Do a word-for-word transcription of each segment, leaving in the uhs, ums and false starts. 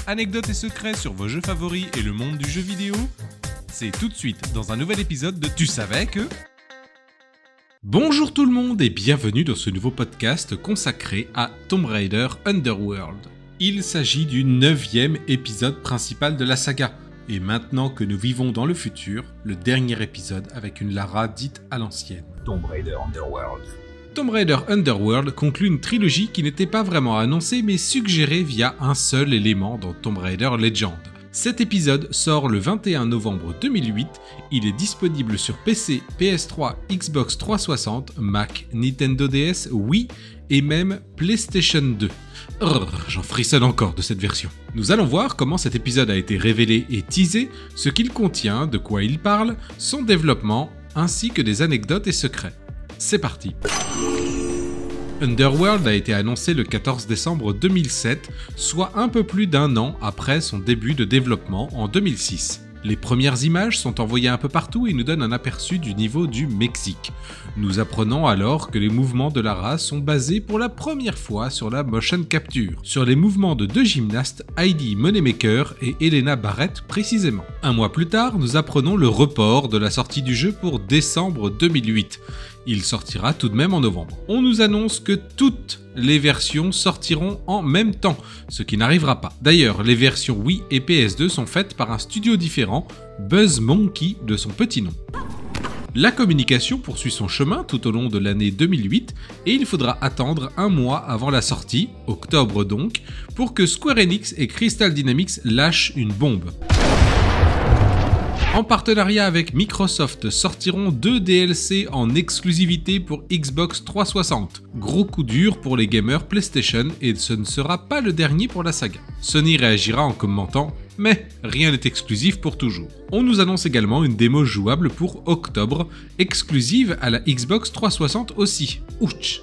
anecdotes et secrets sur vos jeux favoris et le monde du jeu vidéo? C'est tout de suite dans un nouvel épisode de Tu savais que... Bonjour tout le monde et bienvenue dans ce nouveau podcast consacré à Tomb Raider Underworld. Il s'agit du neuvième épisode principal de la saga, et maintenant que nous vivons dans le futur, le dernier épisode avec une Lara dite à l'ancienne. Tomb Raider Underworld. Tomb Raider Underworld conclut une trilogie qui n'était pas vraiment annoncée mais suggérée via un seul élément dans Tomb Raider Legend. Cet épisode sort le vingt et un novembre deux mille huit, il est disponible sur P C, P S trois, Xbox trois cent soixante, Mac, Nintendo D S, Wii et même PlayStation deux. Urgh, j'en frissonne encore de cette version. Nous allons voir comment cet épisode a été révélé et teasé, ce qu'il contient, de quoi il parle, son développement, ainsi que des anecdotes et secrets. C'est parti. Underworld a été annoncé le quatorze décembre deux mille sept, soit un peu plus d'un an après son début de développement en deux mille six. Les premières images sont envoyées un peu partout et nous donnent un aperçu du niveau du Mexique. Nous apprenons alors que les mouvements de Lara sont basés pour la première fois sur la motion capture, sur les mouvements de deux gymnastes, Heidi Moneymaker et Helena Barrett précisément. Un mois plus tard, nous apprenons le report de la sortie du jeu pour décembre deux mille huit. Il sortira tout de même en novembre. On nous annonce que toutes les versions sortiront en même temps, ce qui n'arrivera pas. D'ailleurs, les versions Wii et P S deux sont faites par un studio différent, Buzz Monkey de son petit nom. La communication poursuit son chemin tout au long de l'année deux mille huit et il faudra attendre un mois avant la sortie, octobre donc, pour que Square Enix et Crystal Dynamics lâchent une bombe. En partenariat avec Microsoft sortiront deux D L C en exclusivité pour Xbox trois cent soixante. Gros coup dur pour les gamers PlayStation et ce ne sera pas le dernier pour la saga. Sony réagira en commentant « Mais rien n'est exclusif pour toujours ». On nous annonce également une démo jouable pour octobre, exclusive à la Xbox trois cent soixante aussi. Ouch.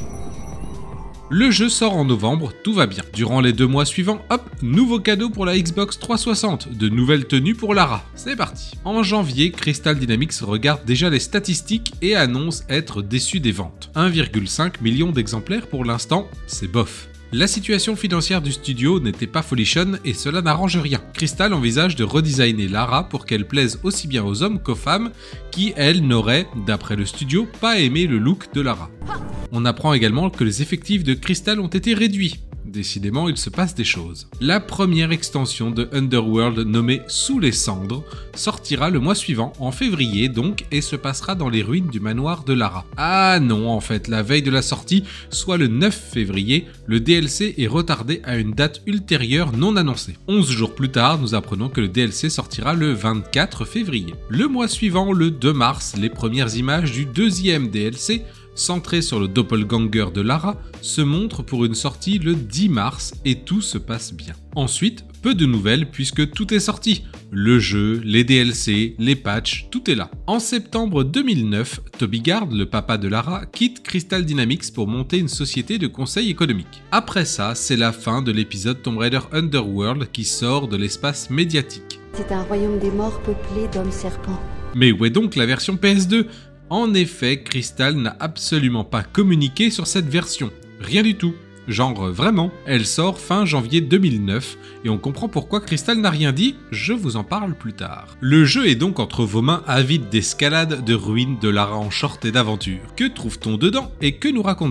Le jeu sort en novembre, tout va bien. Durant les deux mois suivants, hop, nouveau cadeau pour la Xbox trois cent soixante, de nouvelles tenues pour Lara. C'est parti. En janvier, Crystal Dynamics regarde déjà les statistiques et annonce être déçu des ventes. un virgule cinq million d'exemplaires pour l'instant, c'est bof. La situation financière du studio n'était pas folichonne et cela n'arrange rien. Crystal envisage de redesigner Lara pour qu'elle plaise aussi bien aux hommes qu'aux femmes qui, elles, n'auraient, d'après le studio, pas aimé le look de Lara. On apprend également que les effectifs de Crystal ont été réduits. Décidément, il se passe des choses. La première extension de Underworld nommée Sous les cendres sortira le mois suivant, en février donc, et se passera dans les ruines du manoir de Lara. Ah non, en fait, la veille de la sortie, soit le neuf février, le D L C est retardé à une date ultérieure non annoncée. onze jours plus tard, nous apprenons que le D L C sortira le vingt-quatre février. Le mois suivant, le deux mars, les premières images du deuxième D L C centré sur le doppelganger de Lara, se montre pour une sortie le dix mars et tout se passe bien. Ensuite, peu de nouvelles puisque tout est sorti. Le jeu, les D L C, les patchs, tout est là. En septembre deux mille neuf, Toby Gard, le papa de Lara, quitte Crystal Dynamics pour monter une société de conseil économique. Après ça, c'est la fin de l'épisode Tomb Raider Underworld qui sort de l'espace médiatique. C'est un royaume des morts peuplé d'hommes serpents. Mais où est donc la version P S deux ? En effet, Crystal n'a absolument pas communiqué sur cette version. Rien du tout. Genre vraiment. Elle sort fin janvier deux mille neuf et on comprend pourquoi Crystal n'a rien dit, je vous en parle plus tard. Le jeu est donc entre vos mains avides d'escalade, de ruines, de Lara en short et d'aventure. Que trouve-t-on dedans et que nous raconte-t-il ?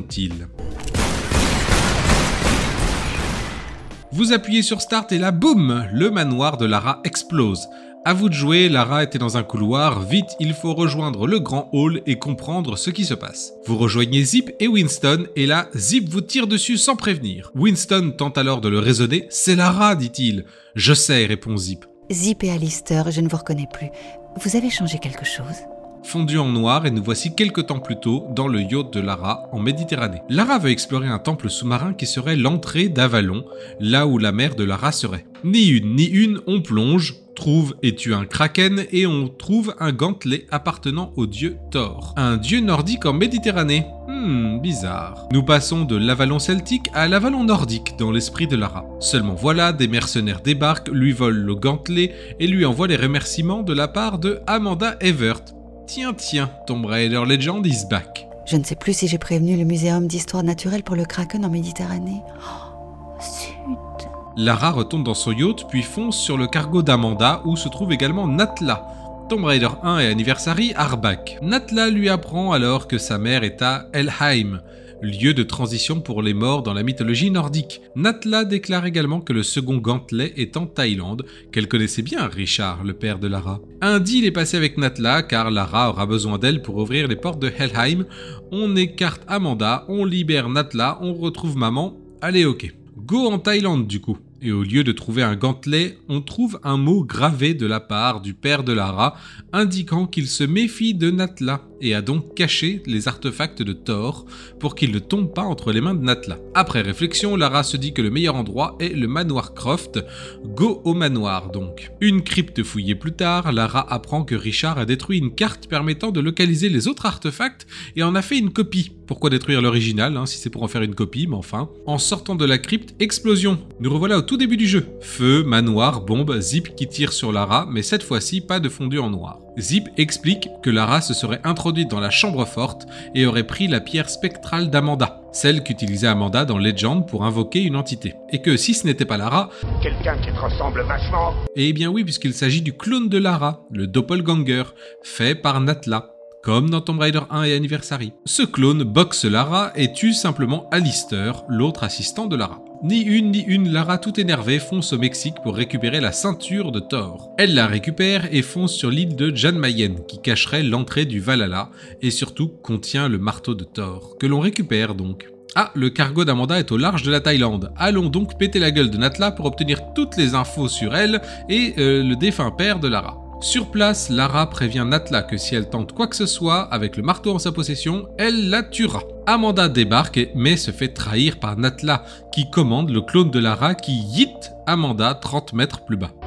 Vous appuyez sur Start et là, boum, le manoir de Lara explose. À vous de jouer, Lara était dans un couloir, vite il faut rejoindre le grand hall et comprendre ce qui se passe. Vous rejoignez Zip et Winston et là, Zip vous tire dessus sans prévenir. Winston tente alors de le raisonner, c'est Lara, dit-il. Je sais, répond Zip. Zip et Alistair, je ne vous reconnais plus. Vous avez changé quelque chose ? Fondu en noir et nous voici quelques temps plus tôt dans le yacht de Lara en Méditerranée. Lara veut explorer un temple sous-marin qui serait l'entrée d'Avalon, là où la mère de Lara serait. Ni une ni une, on plonge, trouve et tue un kraken et on trouve un gantelet appartenant au dieu Thor. Un dieu nordique en Méditerranée. Hmm, bizarre. Nous passons de l'Avalon celtique à l'Avalon nordique dans l'esprit de Lara. Seulement voilà, des mercenaires débarquent, lui volent le gantelet et lui envoient les remerciements de la part de Amanda Evert. Tiens, tiens, Tomb Raider Legend is back. Je ne sais plus si j'ai prévenu le Muséum d'histoire naturelle pour le Kraken en Méditerranée. Oh, zut. Lara retourne dans son yacht puis fonce sur le cargo d'Amanda où se trouve également Natla. Tomb Raider un et Anniversary Arbak. Natla lui apprend alors que sa mère est à Helheim, lieu de transition pour les morts dans la mythologie nordique. Natla déclare également que le second gantelet est en Thaïlande, qu'elle connaissait bien Richard, le père de Lara. Un deal est passé avec Natla car Lara aura besoin d'elle pour ouvrir les portes de Helheim. On écarte Amanda, on libère Natla, on retrouve maman. Allez, ok. Go en Thaïlande du coup. Et au lieu de trouver un gantelet, on trouve un mot gravé de la part du père de Lara, indiquant qu'il se méfie de Natla et a donc caché les artefacts de Thor pour qu'ils ne tombent pas entre les mains de Natla. Après réflexion, Lara se dit que le meilleur endroit est le manoir Croft. Go au manoir donc. Une crypte fouillée plus tard, Lara apprend que Richard a détruit une carte permettant de localiser les autres artefacts et en a fait une copie. Pourquoi détruire l'original, hein, si c'est pour en faire une copie, mais enfin. En sortant de la crypte, explosion. Nous revoilà au tout début du jeu. Feu, manoir, bombe, Zip qui tire sur Lara, mais cette fois-ci pas de fondu en noir. Zip explique que Lara se serait introduite dans la chambre forte et aurait pris la pierre spectrale d'Amanda, celle qu'utilisait Amanda dans Legend pour invoquer une entité. Et que si ce n'était pas Lara... Quelqu'un qui te ressemble vachement. Eh bien oui, puisqu'il s'agit du clone de Lara, le Doppelganger, fait par Natla, comme dans Tomb Raider un et Anniversary. Ce clone boxe Lara et tue simplement Alistair, l'autre assistant de Lara. Ni une ni une, Lara tout énervée fonce au Mexique pour récupérer la ceinture de Thor. Elle la récupère et fonce sur l'île de Jan Mayen, qui cacherait l'entrée du Valhalla, et surtout contient le marteau de Thor, que l'on récupère donc. Ah, le cargo d'Amanda est au large de la Thaïlande. Allons donc péter la gueule de Natla pour obtenir toutes les infos sur elle et euh, le défunt père de Lara. Sur place, Lara prévient Natla que si elle tente quoi que ce soit avec le marteau en sa possession, elle la tuera. Amanda débarque mais se fait trahir par Natla qui commande le clone de Lara qui yeet Amanda trente mètres plus bas.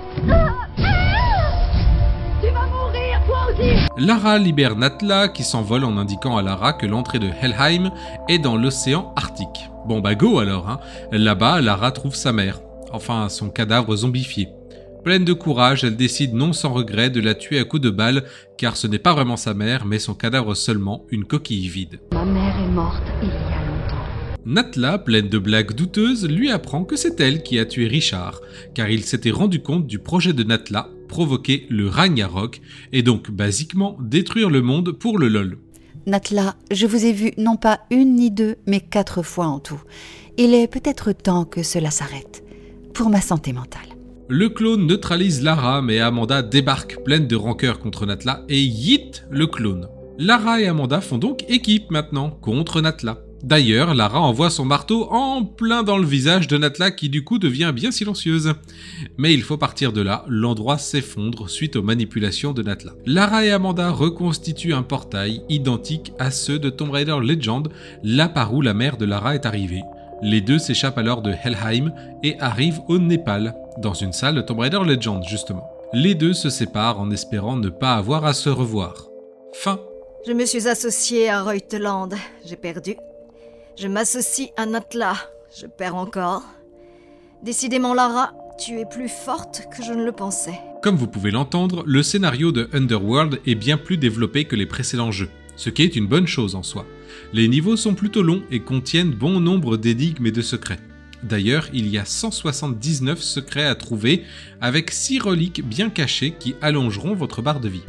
Tu vas mourir toi aussi. Lara libère Natla qui s'envole en indiquant à Lara que l'entrée de Helheim est dans l'océan Arctique. Bon bah go alors, hein. Là-bas, Lara trouve sa mère, enfin son cadavre zombifié. Pleine de courage, elle décide non sans regret de la tuer à coups de balle, car ce n'est pas vraiment sa mère, mais son cadavre seulement, une coquille vide. Ma mère est morte il y a longtemps. Natla, pleine de blagues douteuses, lui apprend que c'est elle qui a tué Richard, car il s'était rendu compte du projet de Natla, provoquer le Ragnarok, et donc, basiquement, détruire le monde pour le LOL. Natla, je vous ai vu non pas une ni deux, mais quatre fois en tout. Il est peut-être temps que cela s'arrête, pour ma santé mentale. Le clone neutralise Lara, mais Amanda débarque pleine de rancœur contre Natla et yeet le clone. Lara et Amanda font donc équipe maintenant contre Natla. D'ailleurs, Lara envoie son marteau en plein dans le visage de Natla qui du coup devient bien silencieuse. Mais il faut partir de là, l'endroit s'effondre suite aux manipulations de Natla. Lara et Amanda reconstituent un portail identique à ceux de Tomb Raider Legend, là par où la mère de Lara est arrivée. Les deux s'échappent alors de Helheim et arrivent au Népal, dans une salle de Tomb Raider Legend justement. Les deux se séparent en espérant ne pas avoir à se revoir. Fin. Je me suis associée à Reuteland, j'ai perdu. Je m'associe à Natla, je perds encore. Décidément Lara, tu es plus forte que je ne le pensais. Comme vous pouvez l'entendre, le scénario de Underworld est bien plus développé que les précédents jeux, ce qui est une bonne chose en soi. Les niveaux sont plutôt longs et contiennent bon nombre d'énigmes et de secrets. D'ailleurs, il y a cent soixante-dix-neuf secrets à trouver, avec six reliques bien cachées qui allongeront votre barre de vie.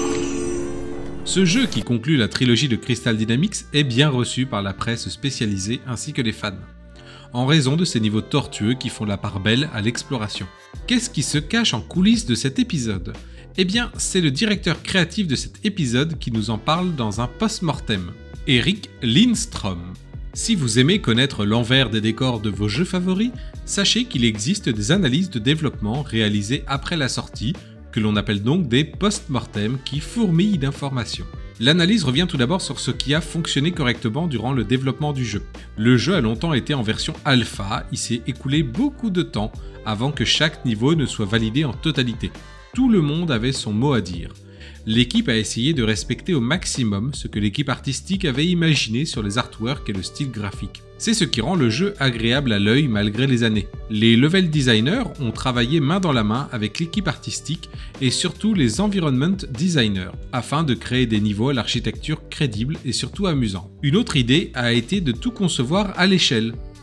Ce jeu, qui conclut la trilogie de Crystal Dynamics, est bien reçu par la presse spécialisée ainsi que les fans, en raison de ces niveaux tortueux qui font la part belle à l'exploration. Qu'est-ce qui se cache en coulisses de cet épisode ? Eh bien, c'est le directeur créatif de cet épisode qui nous en parle dans un post-mortem, Erik Lindström. Si vous aimez connaître l'envers des décors de vos jeux favoris, sachez qu'il existe des analyses de développement réalisées après la sortie, que l'on appelle donc des post-mortem qui fourmillent d'informations. L'analyse revient tout d'abord sur ce qui a fonctionné correctement durant le développement du jeu. Le jeu a longtemps été en version alpha, il s'est écoulé beaucoup de temps avant que chaque niveau ne soit validé en totalité. Tout le monde avait son mot à dire. L'équipe a essayé de respecter au maximum ce que l'équipe artistique avait imaginé sur les artworks et le style graphique. C'est ce qui rend le jeu agréable à l'œil malgré les années. Les level designers ont travaillé main dans la main avec l'équipe artistique et surtout les environment designers, afin de créer des niveaux à l'architecture crédible et surtout amusante. Une autre idée a été de tout concevoir à l'échelle.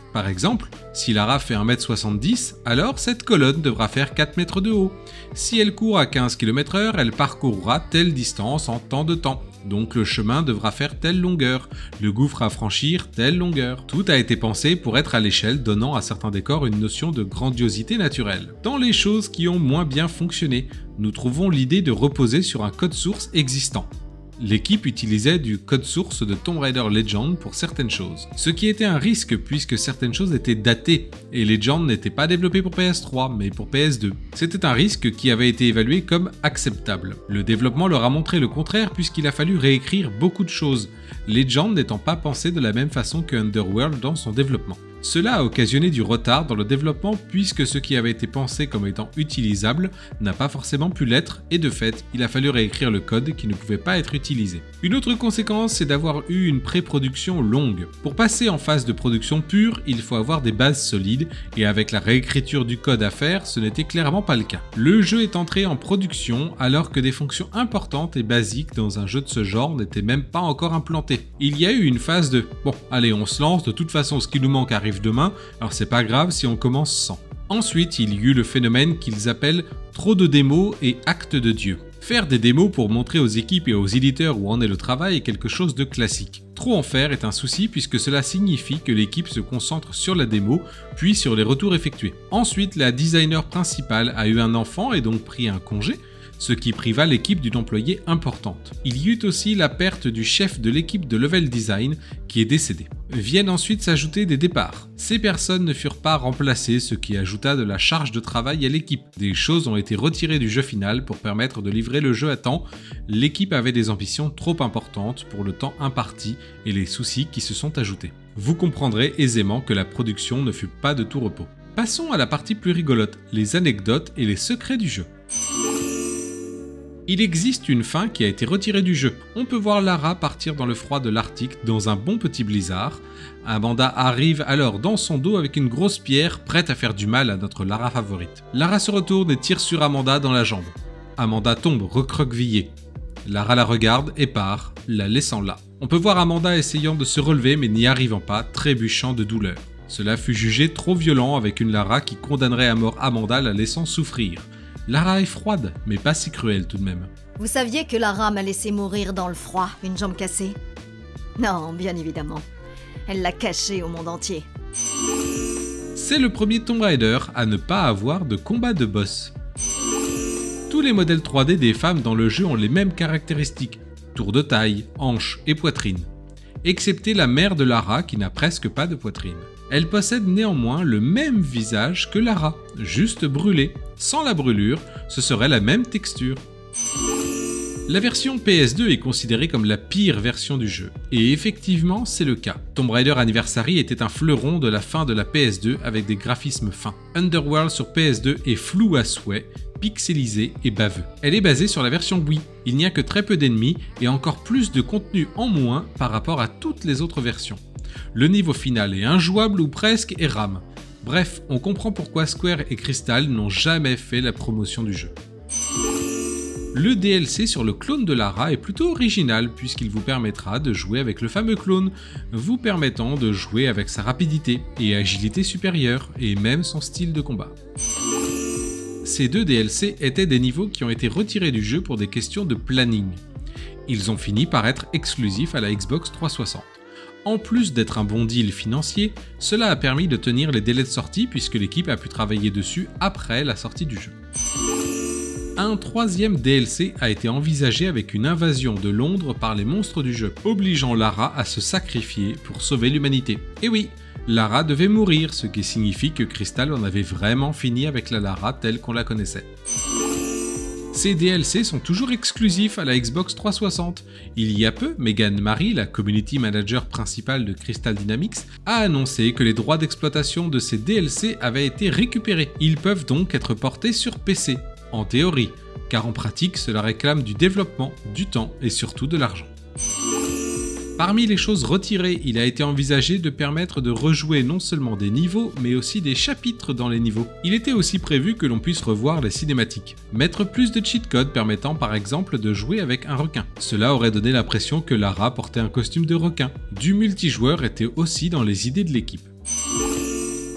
Par exemple, si Lara fait un mètre soixante-dix, alors cette colonne devra faire quatre mètres de haut. Si elle court à quinze kilomètres heure, elle parcourra telle distance en tant de temps. Donc le chemin devra faire telle longueur, le gouffre à franchir telle longueur. Tout a été pensé pour être à l'échelle, donnant à certains décors une notion de grandiosité naturelle. Dans les choses qui ont moins bien fonctionné, nous trouvons l'idée de reposer sur un code source existant. L'équipe utilisait du code source de Tomb Raider Legend pour certaines choses, ce qui était un risque puisque certaines choses étaient datées et Legend n'était pas développé pour P S trois mais pour P S deux. C'était un risque qui avait été évalué comme acceptable. Le développement leur a montré le contraire puisqu'il a fallu réécrire beaucoup de choses, Legend n'étant pas pensé de la même façon que Underworld dans son développement. Cela a occasionné du retard dans le développement puisque ce qui avait été pensé comme étant utilisable n'a pas forcément pu l'être et de fait, il a fallu réécrire le code qui ne pouvait pas être utilisé. Une autre conséquence, c'est d'avoir eu une pré-production longue. Pour passer en phase de production pure, il faut avoir des bases solides et avec la réécriture du code à faire, ce n'était clairement pas le cas. Le jeu est entré en production alors que des fonctions importantes et basiques dans un jeu de ce genre n'étaient même pas encore implantées. Il y a eu une phase de « bon, allez, on se lance, de toute façon ce qui nous manque arrive demain, alors c'est pas grave si on commence sans ». Ensuite, il y eut le phénomène qu'ils appellent « trop de démos et actes de Dieu ». Faire des démos pour montrer aux équipes et aux éditeurs où en est le travail est quelque chose de classique. Trop en faire est un souci puisque cela signifie que l'équipe se concentre sur la démo, puis sur les retours effectués. Ensuite, la designer principale a eu un enfant et donc pris un congé, ce qui priva l'équipe d'une employée importante. Il y eut aussi la perte du chef de l'équipe de level design qui est décédé. Viennent ensuite s'ajouter des départs. Ces personnes ne furent pas remplacées, ce qui ajouta de la charge de travail à l'équipe. Des choses ont été retirées du jeu final pour permettre de livrer le jeu à temps. L'équipe avait des ambitions trop importantes pour le temps imparti et les soucis qui se sont ajoutés. Vous comprendrez aisément que la production ne fut pas de tout repos. Passons à la partie plus rigolote, les anecdotes et les secrets du jeu. Il existe une fin qui a été retirée du jeu. On peut voir Lara partir dans le froid de l'Arctique dans un bon petit blizzard. Amanda arrive alors dans son dos avec une grosse pierre prête à faire du mal à notre Lara favorite. Lara se retourne et tire sur Amanda dans la jambe. Amanda tombe recroquevillée. Lara la regarde et part, la laissant là. On peut voir Amanda essayant de se relever mais n'y arrivant pas, trébuchant de douleur. Cela fut jugé trop violent avec une Lara qui condamnerait à mort Amanda la laissant souffrir. Lara est froide, mais pas si cruelle tout de même. Vous saviez que Lara m'a laissé mourir dans le froid, une jambe cassée? Non, bien évidemment. Elle l'a cachée au monde entier. C'est le premier Tomb Raider à ne pas avoir de combat de boss. Tous les modèles trois D des femmes dans le jeu ont les mêmes caractéristiques, tour de taille, hanches et poitrine. Excepté la mère de Lara qui n'a presque pas de poitrine. Elle possède néanmoins le même visage que Lara, juste brûlé. Sans la brûlure, ce serait la même texture. La version P S deux est considérée comme la pire version du jeu, et effectivement c'est le cas. Tomb Raider Anniversary était un fleuron de la fin de la P S deux avec des graphismes fins. Underworld sur P S deux est flou à souhait, pixelisé et baveux. Elle est basée sur la version Wii, il n'y a que très peu d'ennemis et encore plus de contenu en moins par rapport à toutes les autres versions. Le niveau final est injouable ou presque et rame. Bref, on comprend pourquoi Square et Crystal n'ont jamais fait la promotion du jeu. Le D L C sur le clone de Lara est plutôt original puisqu'il vous permettra de jouer avec le fameux clone, vous permettant de jouer avec sa rapidité et agilité supérieure et même son style de combat. Ces deux D L C étaient des niveaux qui ont été retirés du jeu pour des questions de planning. Ils ont fini par être exclusifs à la Xbox trois cent soixante. En plus d'être un bon deal financier, cela a permis de tenir les délais de sortie puisque l'équipe a pu travailler dessus après la sortie du jeu. Un troisième D L C a été envisagé avec une invasion de Londres par les monstres du jeu, obligeant Lara à se sacrifier pour sauver l'humanité. Et oui, Lara devait mourir, ce qui signifie que Crystal en avait vraiment fini avec la Lara telle qu'on la connaissait. Ces D L C sont toujours exclusifs à la Xbox trois cent soixante. Il y a peu, Megan Marie, la community manager principale de Crystal Dynamics, a annoncé que les droits d'exploitation de ces D L C avaient été récupérés. Ils peuvent donc être portés sur P C, en théorie, car en pratique cela réclame du développement, du temps et surtout de l'argent. Parmi les choses retirées, il a été envisagé de permettre de rejouer non seulement des niveaux, mais aussi des chapitres dans les niveaux. Il était aussi prévu que l'on puisse revoir les cinématiques. Mettre plus de cheat codes permettant par exemple de jouer avec un requin. Cela aurait donné l'impression que Lara portait un costume de requin. Du multijoueur était aussi dans les idées de l'équipe.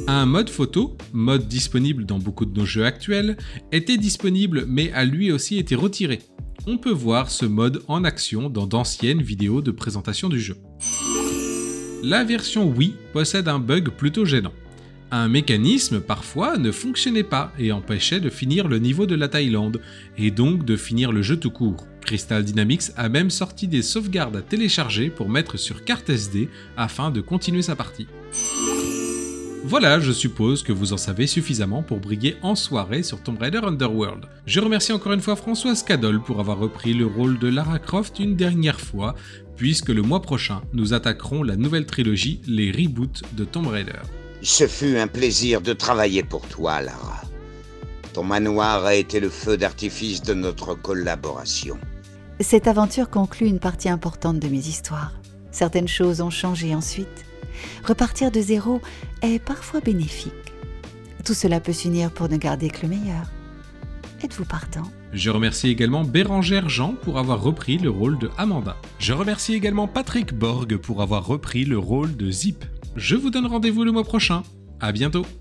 Un mode photo, mode disponible dans beaucoup de nos jeux actuels, était disponible mais a lui aussi été retiré. On peut voir ce mode en action dans d'anciennes vidéos de présentation du jeu. La version Wii possède un bug plutôt gênant. Un mécanisme parfois ne fonctionnait pas et empêchait de finir le niveau de la Thaïlande, et donc de finir le jeu tout court. Crystal Dynamics a même sorti des sauvegardes à télécharger pour mettre sur carte S D afin de continuer sa partie. Voilà, je suppose que vous en savez suffisamment pour briller en soirée sur Tomb Raider Underworld. Je remercie encore une fois Françoise Cadol pour avoir repris le rôle de Lara Croft une dernière fois, puisque le mois prochain, nous attaquerons la nouvelle trilogie, les reboots de Tomb Raider. Ce fut un plaisir de travailler pour toi, Lara. Ton manoir a été le feu d'artifice de notre collaboration. Cette aventure conclut une partie importante de mes histoires. Certaines choses ont changé ensuite. Repartir de zéro est parfois bénéfique. Tout cela peut s'unir pour ne garder que le meilleur. Êtes-vous partant ? Je remercie également Bérangère Jean pour avoir repris le rôle de Amanda. Je remercie également Patrick Borg pour avoir repris le rôle de Zip. Je vous donne rendez-vous le mois prochain. À bientôt.